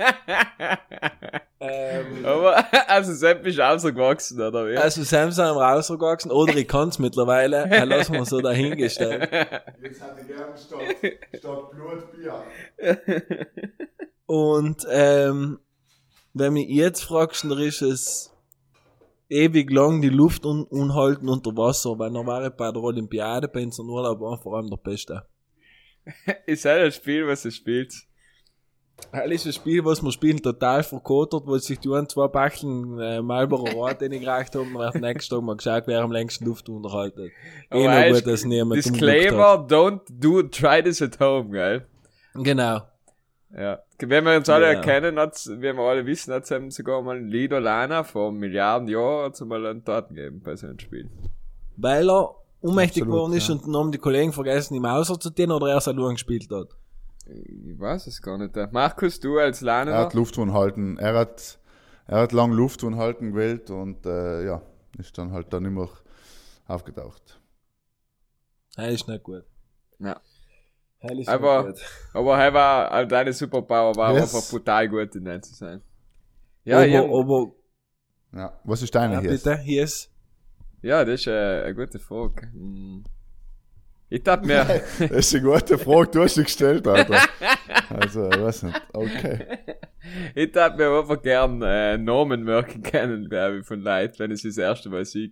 ähm, Aber, also, Sepp ist ausgewachsen, oder wie? also Samsung rausgewachsen, oder ich kann's mittlerweile, dann lassen wir so dahingestellt. Jetzt hatte ich gern statt, statt Blut Bier. Und ähm, wenn mich jetzt fragst, dann ist es ewig lang die Luft un unhalten unter Wasser, weil normal bei der Olympiade bei unserem Urlaub war vor allem der Beste. Ist halt ein Spiel, was du spielst. Das ist ein Spiel, was wir spielen, total verkotert, wo sich die ein, zwei Bacheln äh, Marlboro Rot reingereicht haben, und am nächsten Tag mal geschaut, wer am längsten Luft unterhalten. Aber Eh noch weißt, gut, dass niemand Disclaimer, don't do, try this at home, gell? Genau. Ja. Wenn wir uns alle Genau. erkennen, hat's, wie wir alle wissen, hat's eben sogar mal ein Lido Lana vor Milliarden Jahren hat's mal einen Taten gegeben bei so einem Spiel. Weil er ohnmächtig Absolut, geworden ist ja. und dann haben die Kollegen vergessen, ihm auszudehnen oder er allein gespielt hat. Ich weiß es gar nicht. Markus, du als Lana Er hat Luft halten. Er hat, er hat lang Luft halten gewählt und äh, ja, ist dann halt dann immer aufgetaucht. Das ist nicht gut. Ja. Das ist Aber- nicht gut. Aber er war, also deine Superpower war Yes. einfach brutal gut in dem zu sein. Ja, aber, ja, aber, Ja. Was ist deine ja, hier? bitte, hier ist. ja, das ist äh, eine gute Frage. Hm. Ich tat mir, Das ist eine gute Frage, du hast sie gestellt, Alter. Also, ich weiß nicht. Okay. ich tat mir einfach gern äh, Namen merken können, glaube ich, von Leuten, wenn ich sie das erste Mal sehe.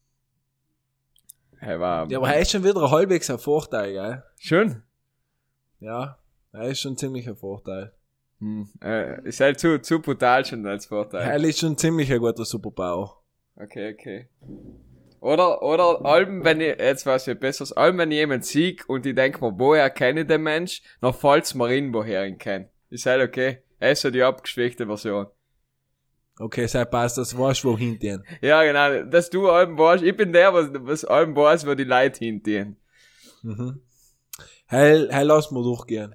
Er war Ja, aber er ist schon wieder halbwegs ein Vorteil, gell? schon. Ja, er ist schon ziemlich ein Vorteil. Hm. Äh, ist halt zu, zu brutal schon als Vorteil. Er ist schon ziemlich ein guter Superpower. Okay, okay. Oder, oder, allem, wenn ich, jetzt weiß ich besseres, allem, wenn ich jemanden sehe und ich denke mir, woher kenne ich den Mensch, dann fällt's mir in, woher ich ihn kenne. Ist halt okay. Er ist so die abgeschwächte Version. Okay, sei passt, das weißt du, wohin gehen. Ja, genau, dass du allem weißt, ich bin der, was, was allem weiß, wo die Leute hingehen. Mhm. Heil, heil lass mal durchgehen.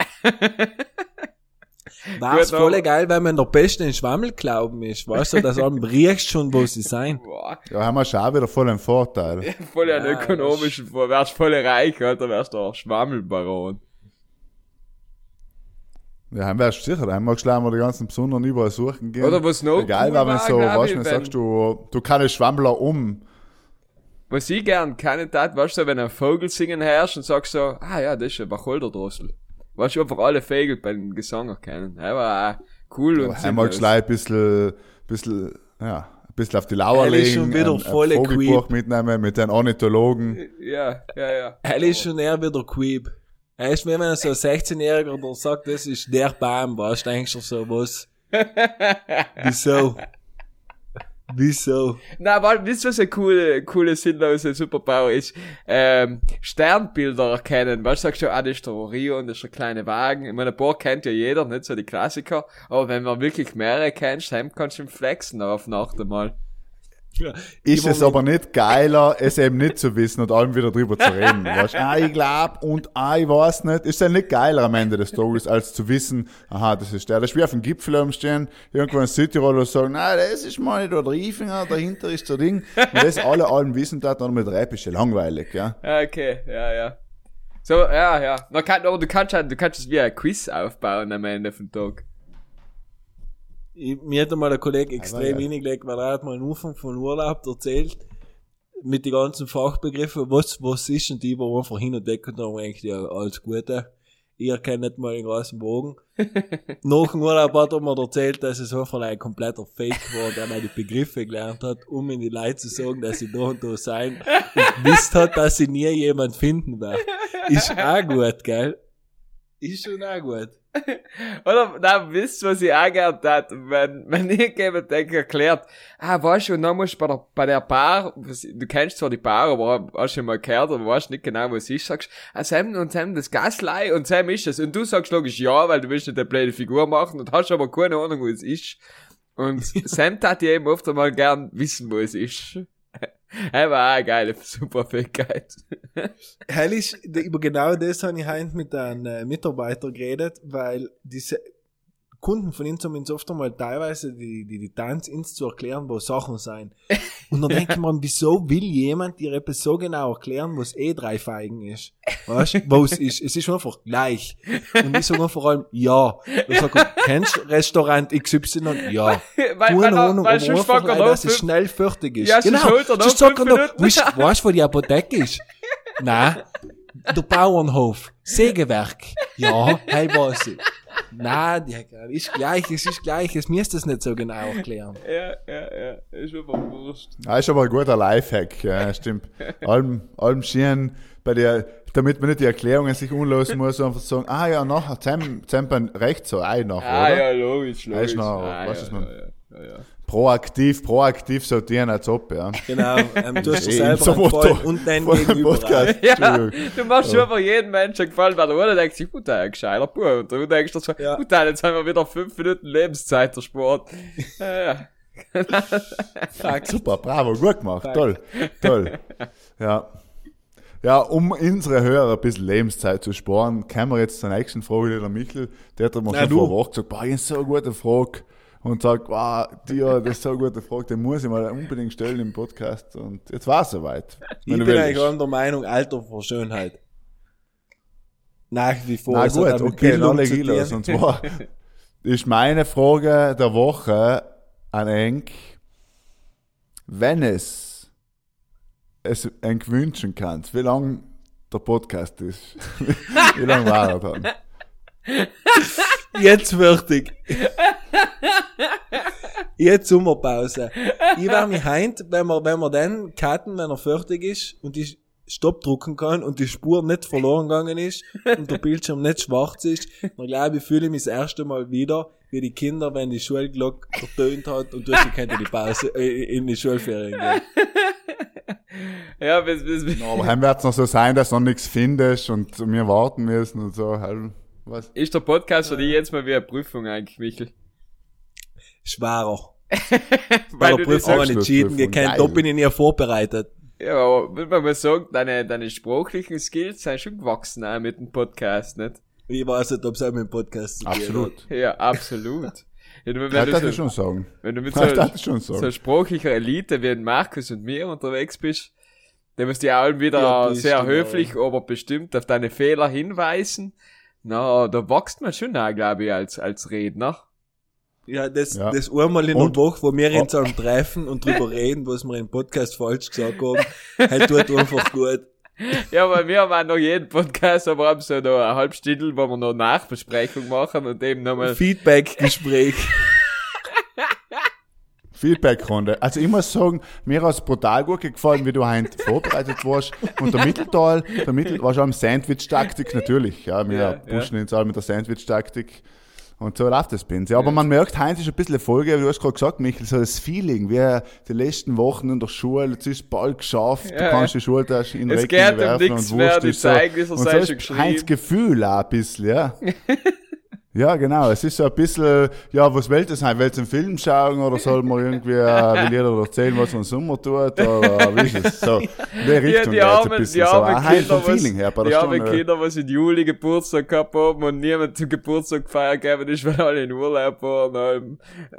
War's Gut, voll aber- geil, weil man der Beste in Schwammelglauben ist. Weißt du, dass allem riechst schon, wo sie sein. Boah, Ja, haben wir schon auch wieder voll einen Vorteil. voll einen Ja, ökonomischen, Vor- wärst voll reich, Alter, wärst du auch Schwammelbaron. Ja, haben wir erst sicher. Da haben wir geschlagen, wir die ganzen Besonderen überall suchen gehen. Oder was noch Egal, cool weil wenn war, so, glaub weißt ich, du, wenn- sagst du, du kannst Schwammler um. Was ich gern kann, tat, weißt du, wenn ein Vogel singen hörst und sagst so, ah ja, das ist ein Wacholderdrossel. Weißt du, einfach alle Vögel beim Gesang erkennen. Das war auch cool und Da haben wir sinnlos. gleich ein bisschen, bisschen, ja, ein bisschen auf die Lauer Er ist legen. schon wieder ein, volle ein Vogelbuch mitnehmen mit den Ornithologen. Ja, ja, ja. Heil ist schon eher wieder Queeb. Weißt du, wenn man so ein sechzehnjähriger oder sagt, das ist der Baum, weißt du, denkst du so, was? Wieso? Wieso? Na, warte, wisst ihr, was ein coole, coole, sinnlose Superpower ist? Ähm, Sternbilder erkennen. Weißt du, sagst du, ah, das ist der Orion, das ist der kleine Wagen. Ich meine, ein paar kennt ja jeder, nicht so die Klassiker. Aber wenn man wirklich mehrere kennst, dann kannst du ihn flexen auf Nacht einmal. Ja, Ist es aber nicht geiler, es eben nicht zu wissen und allem wieder drüber zu reden. Weißt, ah, ich glaub und ah, ich weiß nicht. Ist ja nicht geiler am Ende des Tages, als zu wissen, aha, das ist der. Das ist wie auf dem Gipfel oben stehen, irgendwo in Südtirol sagen, nein, das ist mal nicht der Riefinger, dahinter ist der Ding. Und das alle allem wissen, dann mit Rap ist ja langweilig, ja. Okay, ja, ja. So, ja, ja. Man kann, aber du kannst halt, du kannst es wie ein Quiz aufbauen am Ende vom Tag. Ich, mir hat einmal ein Kollege extrem ja. hingelegt, weil er hat mal einen Anfang von Urlaub erzählt, mit den ganzen Fachbegriffen, was, was ist, und die war einfach hin und weg und dann eigentlich, ja, alles Gute. Ich erkenne nicht mal den großen Bogen. Nach dem Urlaub hat er mir erzählt, dass es einfach ein kompletter Fake war, der meine Begriffe gelernt hat, um in die Leute zu sagen, dass sie da und da sein und gewusst hat, dass sie nie jemand finden wird. Ist auch gut, gell? Ist schon auch gut. Oder, na, wisst was ich auch gern tat, wenn, wenn irgendjemand denkt, erklärt, ah, weißt du, und dann musst du bei der, bei der Bar, du kennst zwar die Bar, aber hast schon mal gehört, aber weißt nicht genau, was es ist, sagst, ah, Sam und Sam das Gaslei und Sam ist es, und du sagst logisch ja, weil du willst nicht eine blöde Figur machen und hast aber keine Ahnung, wo es ist. Und Sam tat ja eben oft einmal gern wissen, wo es ist. Er war auch eine geile Superfähigkeit. Hell ist, über genau das habe ich heute mit einem äh, Mitarbeiter geredet, weil diese Kunden von uns haben uns oft einmal teilweise die, die, die Tanz ins zu erklären, wo Sachen sein. Und dann denke ich mir, wieso will jemand dir etwas so genau erklären, was eh drei Feigen ist? Weißt du, wo es ist? Es ist einfach gleich. Und ich sage vor allem, ja. Ich sage, kennst du Restaurant X Y? Ja. Weil, Keine weil, Ahnung, weil aber schon einfach, Spacker dass es fünf- schnell fertig ist. Ja, genau. schon Schulter noch Sonst sagt fünf er noch, Minuten. weißt du, weißt, wo die Apotheke ist? Nein. Der Bauernhof. Sägewerk. Ja, hey, weiß ich. Nein, die ist gleich, es ist gleich, es müsst es nicht so genau erklären. Ja, ja, ja, ist aber wurscht. Ah, ist aber ein guter Lifehack, ja, stimmt. allem, allem Schien bei der, damit man nicht die Erklärungen sich unlösen muss, einfach sagen, ah ja, nachher, Zempern rechts so, ein nachher, Ah, oder? ja, logisch, Ja, ist logisch. noch, ah, was ja, ist man- ja, ja, ja. Proaktiv, proaktiv sortieren als ob, ja. Genau, ähm, du hast dir Eh, selber so einen Gefallen Motto und dein vor dem Gegenüber. Podcast. auch. Ja, Entschuldigung. du machst schon einfach jedem Menschen gefallen, weil der eine denkt sich, gut, ein gescheiter Bub. Und du denkst dir so, Ja. gut, jetzt haben wir wieder fünf Minuten Lebenszeit erspart. Ja, ja. Fuck. Super, bravo, gut gemacht, Danke. toll, toll. Ja. Ja, um unsere Hörer ein bisschen Lebenszeit zu sparen, kommen wir jetzt zur nächsten Frage, der Michel, der hat mir Na, schon du. vor einer Woche gesagt, boah, das ist so eine gute Frage. Und sagt, wow, dir, das ist so eine gute Frage, den muss ich mal unbedingt stellen im Podcast. Und jetzt war es soweit. Ich Wenn du bin willst. eigentlich auch der Meinung, Alter vor Schönheit. Nach wie vor. Na Es hat gut, auch mit okay, Bildung dann zu leg ich los. tun. Und zwar ist meine Frage der Woche an Enk, wenn es es Enk wünschen kannst, wie lang der Podcast ist. Wie lang war er dann? Jetzt fertig. Jetzt Sommerpause. Ich werde mich heint, wenn wir, wenn wir dann cutten, wenn er fertig ist und die Stopp drucken kann und die Spur nicht verloren gegangen ist und der Bildschirm nicht schwarz ist, dann glaube ich, fühle ich mich das erste Mal wieder, wie die Kinder, wenn die Schulglocke ertönt hat und durch die könnte die Pause, äh, in die Schulferien gehen. Ja, bis, bis, bis. Aber dann wird es noch so sein, dass du noch nichts findest und wir warten müssen und so. Halt, was? Ist der Podcast für dich jetzt mal wie eine Prüfung eigentlich, Michel? Schwerer. Weil Bei du der das Prüfung habe ich Abschlussprüfung, entschieden gekannt, da geil. bin ich nie vorbereitet. Ja, aber wenn man mal sagt, deine, deine sprachlichen Skills sind schon gewachsen auch mit dem Podcast, nicht? Ich weiß nicht, ob es auch mit dem Podcast zu tun hat. Absolut. Ja, absolut. Ja, du, wenn, Das du darf ich so, schon sagen. wenn du mit so, Das darf ich schon so sagen. sprachlicher Elite wie ein Markus und mir unterwegs bist, dann musst du ja auch wieder Ja, bist sehr du, höflich, aber bestimmt auf deine Fehler hinweisen. Na, da wächst man schon auch, glaube ich, als, als Redner. Ja, das, Ja. das einmal in Und- der Woche, wo wir uns am Treffen und drüber reden, was wir im Podcast falsch gesagt haben, halt tut einfach gut. Ja, weil wir haben auch noch jeden Podcast, aber haben so noch eine Halbstunde, wo wir noch Nachbesprechung machen und eben nochmal, Feedback-Gespräch. Feedback-Runde. Also ich muss sagen, mir hat es brutal gut gefallen, wie du heute vorbereitet warst. Und der Mittelteil, der Mittel war schon am Sandwich-Taktik natürlich. Ja, wir Ja, pushen ja. uns alle mit der Sandwich-Taktik. Und so läuft das Binse. Aber man merkt, Heinz ist ein bisschen eine Folge, wie du hast gerade gesagt, Michael, so das Feeling, wie die letzten Wochen in der Schule, jetzt ist bald geschafft, du Ja, kannst ja. die Schultasche in den Es Recken geht um werfen nichts und mehr, wurscht die ist so. Zeugnisser Und sind so schon ist Heinz geschrieben. Gefühl auch ein bisschen, ja. Ja, genau. Es ist so ein bisschen, ja, was will das sein? Willst du einen Film schauen oder soll man irgendwie, äh, will jeder erzählen, was man im Sommer tut? Oder wie ist es? So, in die Ja, Richtung die geht's ein armen, bisschen. die So, armen ein Heim Kinder, vom Feeling her bei was, die der armen Stunde. Kinder, was im Juli Geburtstag gehabt haben und niemand zum Geburtstag gefeiert gegeben ist, weil alle in Urlaub waren.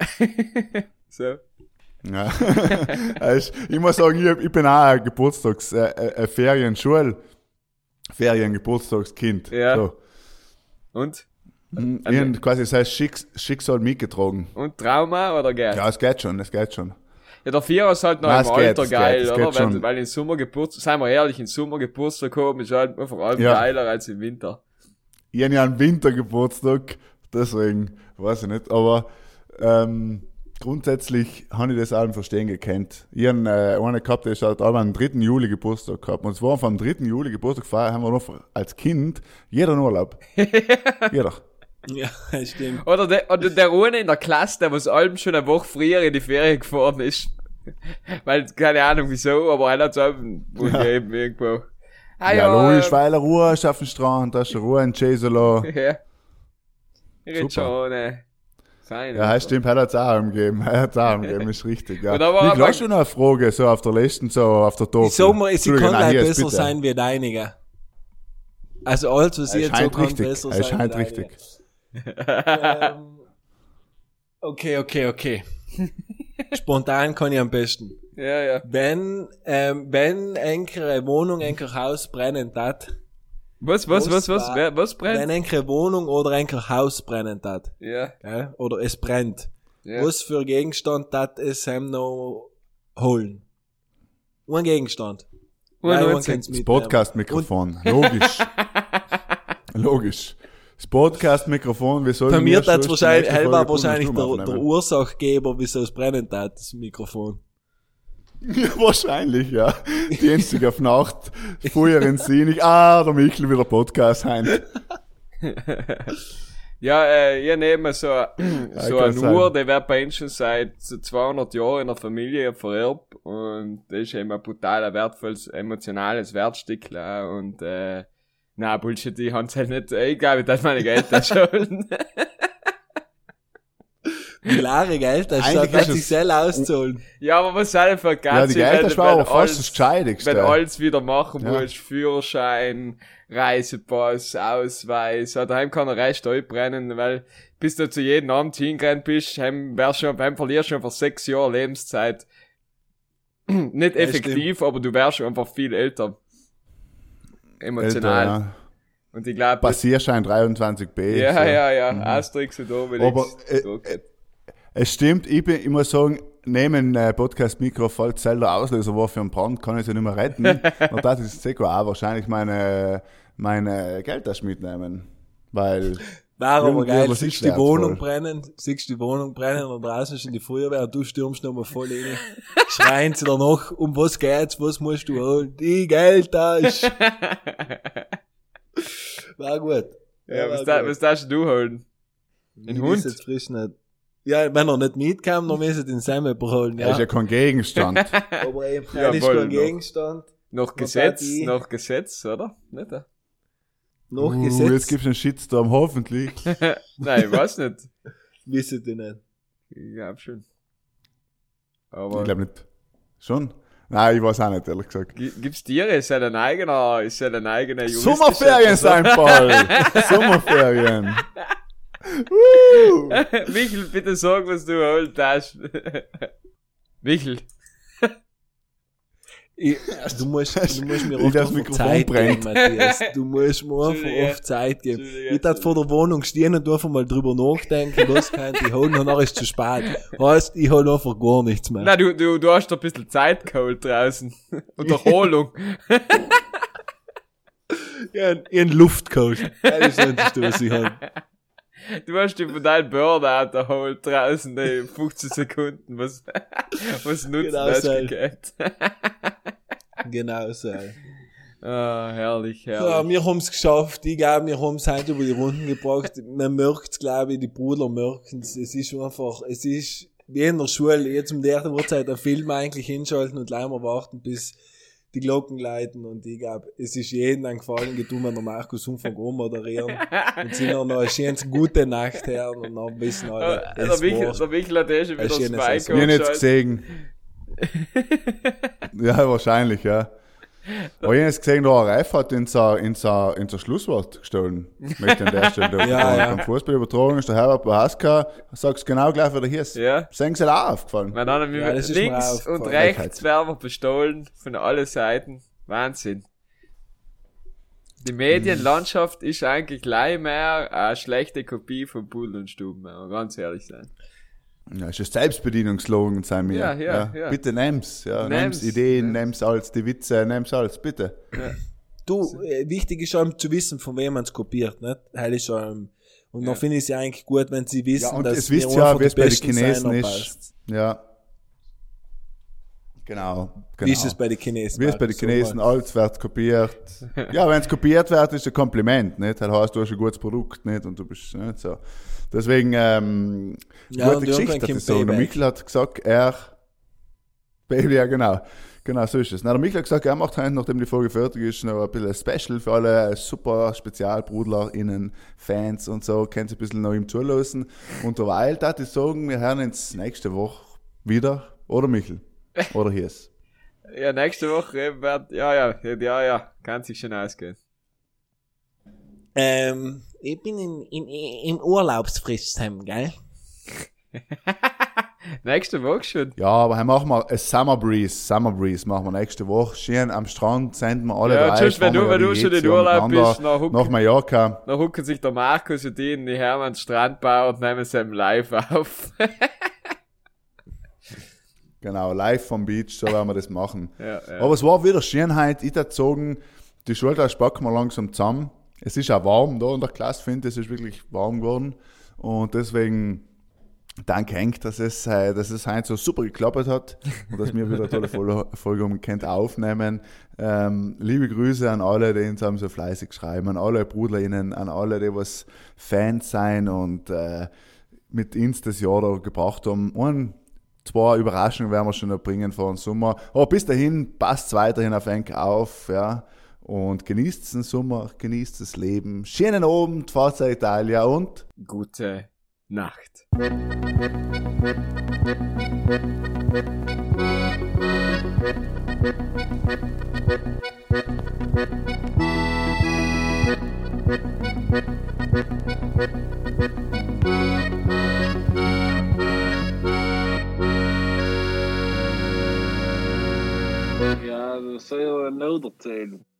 So. Ja. Also, ich muss sagen, ich, ich bin auch ein Geburtstags-, äh, ein Ferien-Schul-, Ferien-Geburtstagskind. Ja. So. Und? Mhm. Also- Ich hab quasi sein Schicks- Schicksal mitgetragen. Und Trauma oder geil? Ja, es geht schon, es geht schon. Ja, der Vierer ist halt noch Nein, im es geht, Alter es geht, geil, es oder? geht Weil, schon. weil in Sommer Geburtstag, seien wir ehrlich, in Sommer Geburtstag haben ist halt einfach allem Ja. geiler als im Winter. Ich habe ja einen Wintergeburtstag, deswegen weiß ich nicht, aber ähm, grundsätzlich habe ich das auch im Verstehen gekannt. Ich habe äh, einen gehabt, der ist halt auch am dritten Juli Geburtstag gehabt. Und zwar vom dritten Juli Geburtstag gefeiert, haben wir noch als Kind jeder einen Urlaub. Jeder. Ja, stimmt. Oder der, oder der eine in der Klasse, der was allem schon eine Woche früher in die Ferien gefahren ist. Weil, keine Ahnung wieso, aber einer hat es allem Ja. gegeben irgendwo. Ah, Ja, logisch, äh, weil er Ruhe ist auf dem Strand, da ist Ruhe in Chesolo. Ja. Ich red Super. schon, äh, sein. Ja, das stimmt, er hat es auch umgegeben. Er hat es auch umgegeben, ist richtig. Ja. Und aber- Wie aber- hast du noch eine Frage, so auf der letzten, so auf der Tafel? Ich sag mal, sie Entschuldigung, kann nein, gleich hier ist besser bitte. sein wie deinige. Also alles, was ich Es jetzt so scheint kann, richtig, besser es sein scheint wie deinige. richtig. ähm, okay, okay, okay. Spontan kann ich am besten. Ja, ja. Wenn, ähm, wenn eine Wohnung, ein Haus brennen tat, Was, was, was, Was was, war- wer, was brennt? wenn eine Wohnung oder ein Haus brennen tat, Ja, ja, oder es brennt, ja. was für Gegenstand tat es hem noch holen? Ein Gegenstand. Nein, man einundneunzig. kann's Das mitnehmen. Podcast-Mikrofon, logisch. Logisch. Das Podcast-Mikrofon, wie soll Bei mir schon tat's wahrscheinlich, die nächste hell war Folge wahrscheinlich Stunde der, der aufnehmen? Ursachgeber, wieso es brennen tat, das Mikrofon. Ja, wahrscheinlich, ja. Die einzige auf Nacht, Feuerin sehe ich, ah, der Michel wieder Podcast heim. Ja, äh, ich nehme so, so kann eine sein. Uhr, die wird bei uns schon seit so zweihundert Jahren in der Familie vererbt und das ist eben ein brutal wertvolles, emotionales Wertstück auch und äh, na Bullshit, die haben's halt nicht, ich glaube, dass meine Eltern schon. Die klare Geld, das Eigentlich statt ist hat es- sich selber auszahlen. Ja, aber was soll denn für ein Ja, die Geld Geld war aber fast das Gescheidigste. wenn alles wieder machen Ja. musst, Führerschein, Reisepass, Ausweis, ja, daheim kann er Rest brennen, weil bis du zu jedem Abend hingerannt bist, heim, wärst schon, heim verlierst du einfach sechs Jahre Lebenszeit. Nicht Ja, effektiv, aber du wärst schon einfach viel älter. Emotional. Älter, ja. Und ich glaube, Passierschein dreiundzwanzig b. ja, so. ja, ja, Asterix und Obelix. Aber, äh, so geht. Es stimmt, ich, bin, ich muss sagen, neben äh, Podcast-Mikro, falls selber Auslöser war für einen Brand, kann ich sie nicht mehr retten. Und das ist sicher auch wahrscheinlich meine, meine Geldtasche mitnehmen. Weil, War aber Irgendwie, geil, aber siehst ist die Wohnung wertvoll. brennen, siehst die Wohnung brennen und draußen ist in die Feuerwehr und du stürmst nochmal voll rein. Schreien sie danach, um was geht's, was musst du holen? Die Geldtasche. War gut. Ja, was, war da, gut. was darfst du holen? Ein Ich Hund? weiß jetzt frisch nicht. Ja, wenn er nicht mitkam, dann müssen den Semmeln holen, er ist ja. ja kein Gegenstand. Aber eben, Ja, kein ist voll kein noch. Gegenstand. Nach Was Gesetz, hat die? nach Gesetz, oder? Nicht? äh? Noch uh, jetzt Gesetz, gibt's einen Shitstorm, hoffentlich. Nein, ich weiß nicht. wissen die nicht. Ich glaub schon. Ich Aber glaube nicht. Schon? Nein, ich weiß auch nicht, ehrlich gesagt. gi- gibt's Tiere? Ist ja ein eigener, ist ja ein eigener juristischer Sommerferien Person. sein Fall! Sommerferien! uh. Michel, bitte sag, was du holen darfst. Michel. Ich, du musst, du musst mir Ich oft das einfach Mikrofon Zeit brennt. geben, Matthias. Du musst mir einfach Entschuldige. oft Zeit geben. Entschuldige, Ich darf vor der Wohnung stehen und einfach mal drüber nachdenken, was kann ich holen, und dann ist es zu spät. Heißt, ich hol einfach gar nichts mehr. Nein, du, du, du hast doch ein bisschen Zeit geholt draußen. Und Erholung. Ja, in Luft geholt. Das ist das Einzige, was ich habe. Du hast dich von deinem Burnout erholt draußen in fünfzehn Sekunden. Was, was nutzt Genau das so. geht? Genau so. Ah, herrlich, Ja, herrlich. wir haben es geschafft. Ich glaube, wir haben es heute über die Runden gebracht. Man merkt es, glaube ich, die Brudler merken es. Es ist einfach, es ist wie in der Schule, jetzt um der Uhrzeit einen Film eigentlich hinschalten und gleich mal warten, bis die Glocken läuten. Und ich glaube, es ist jedem ein Gefallen getan, wenn der Markus anfängt an moderieren. Und sind noch eine schöne gute Nacht her und noch ein bisschen alle. Ah, Der Michel, der Michel hat eh schon Ein wieder schönes zwei Essen. Wir haben jetzt geschaltet. gesehen. Ja, wahrscheinlich, ja. Aber ich habe jetzt gesehen, der R F hat in sein, in sein, in sein Schlusswort gestohlen. Möchte an der Stelle. Der Ja, ja. Beim Fußballübertragung ist der Herbert Bohaska, sag's genau gleich, wie der hieß. Ja. Sagen sie auch aufgefallen. Man hat Ja, das ist mir links aufgefallen. und rechts werden wir bestohlen von allen Seiten. Wahnsinn. Die Medienlandschaft ist eigentlich gleich mehr eine schlechte Kopie von Pudel und Stuben, wenn wir ganz ehrlich sein. Ja, ist ein Selbstbedienungsslogan, sein wir. Ja, ja, ja. Bitte nehm's, ja. Nehm's, Nehm's Ideen, ja. nehm's alles, die Witze, nehm's alles, bitte. Du, äh, wichtig ist schon zu wissen, von wem man es kopiert, nicht? Heil ist schon, und Ja. dann finde ich es ja eigentlich gut, wenn sie wissen, Ja, und dass es wisst wir ja, einfach wie es die bei den Besten Chinesen sein, ist. passt. Ja. Genau, genau. Wie ist es bei den Chinesen? Wie es bei den Markus? Chinesen, Sag mal. alles wird kopiert. Ja, wenn es kopiert wird, ist es ein Kompliment, nicht? Das heißt, du hast ein gutes Produkt, nicht? Und du bist, nicht so. Deswegen, ähm, Ja, gute und Geschichte, irgendwann das kommt so. Der Payback. Michael hat gesagt, er, Baby, ja, genau. Genau, so ist es. Na, der Michael hat gesagt, er macht heute, nachdem die Folge fertig ist, noch ein bisschen Special für alle super SpezialbrudlerInnen, Fans und so, können sie ein bisschen noch ihm zulassen. Und derweil, da ich sagen, wir hören uns nächste Woche wieder. Oder Michael? Oder hier ist. Ja, nächste Woche eben wird, ja, ja, ja, ja, kann sich schon ausgehen. Ähm, ich bin in, in, im Urlaubsfristheim, gell? Nächste Woche schon. Ja, aber dann machen wir ein Summer Breeze. Summer Breeze machen wir nächste Woche. Schön am Strand senden wir alle Ja, drei. tschüss, wenn fahren du- wir wenn ja du die schon in Jezion Urlaub miteinander bist, nach Huck- nach Mallorca. Dann hucken sich der Markus und die in die Hermanns Strandbau und nehmen sie eben live auf. Genau, live vom Beach, so werden wir das machen. Ja, ja. Aber es war wieder Schönheit. Ich würde sagen, die Schulter spacken wir langsam zusammen. Es ist auch warm da in der Klasse, finde ich. Es ist wirklich warm geworden. Und deswegen danke Henk, dass es, äh, dass es heute so super geklappt hat und dass wir wieder eine tolle Folge, Folge um Kent aufnehmen. Ähm, liebe Grüße an alle, die uns haben so fleißig schreiben, an alle BrudlerInnen, an alle, die was Fans sein und äh, mit uns das Jahr da gebracht haben. Und zwei Überraschungen werden wir schon noch bringen vor dem Sommer. Aber bis dahin, passt weiterhin auf Henk auf, ja. Und genießt den Sommer, genießt das Leben. Schönen Abend, fahrt nach Italien und Gute Nacht. Ja, dat zou je wel nodig zijn.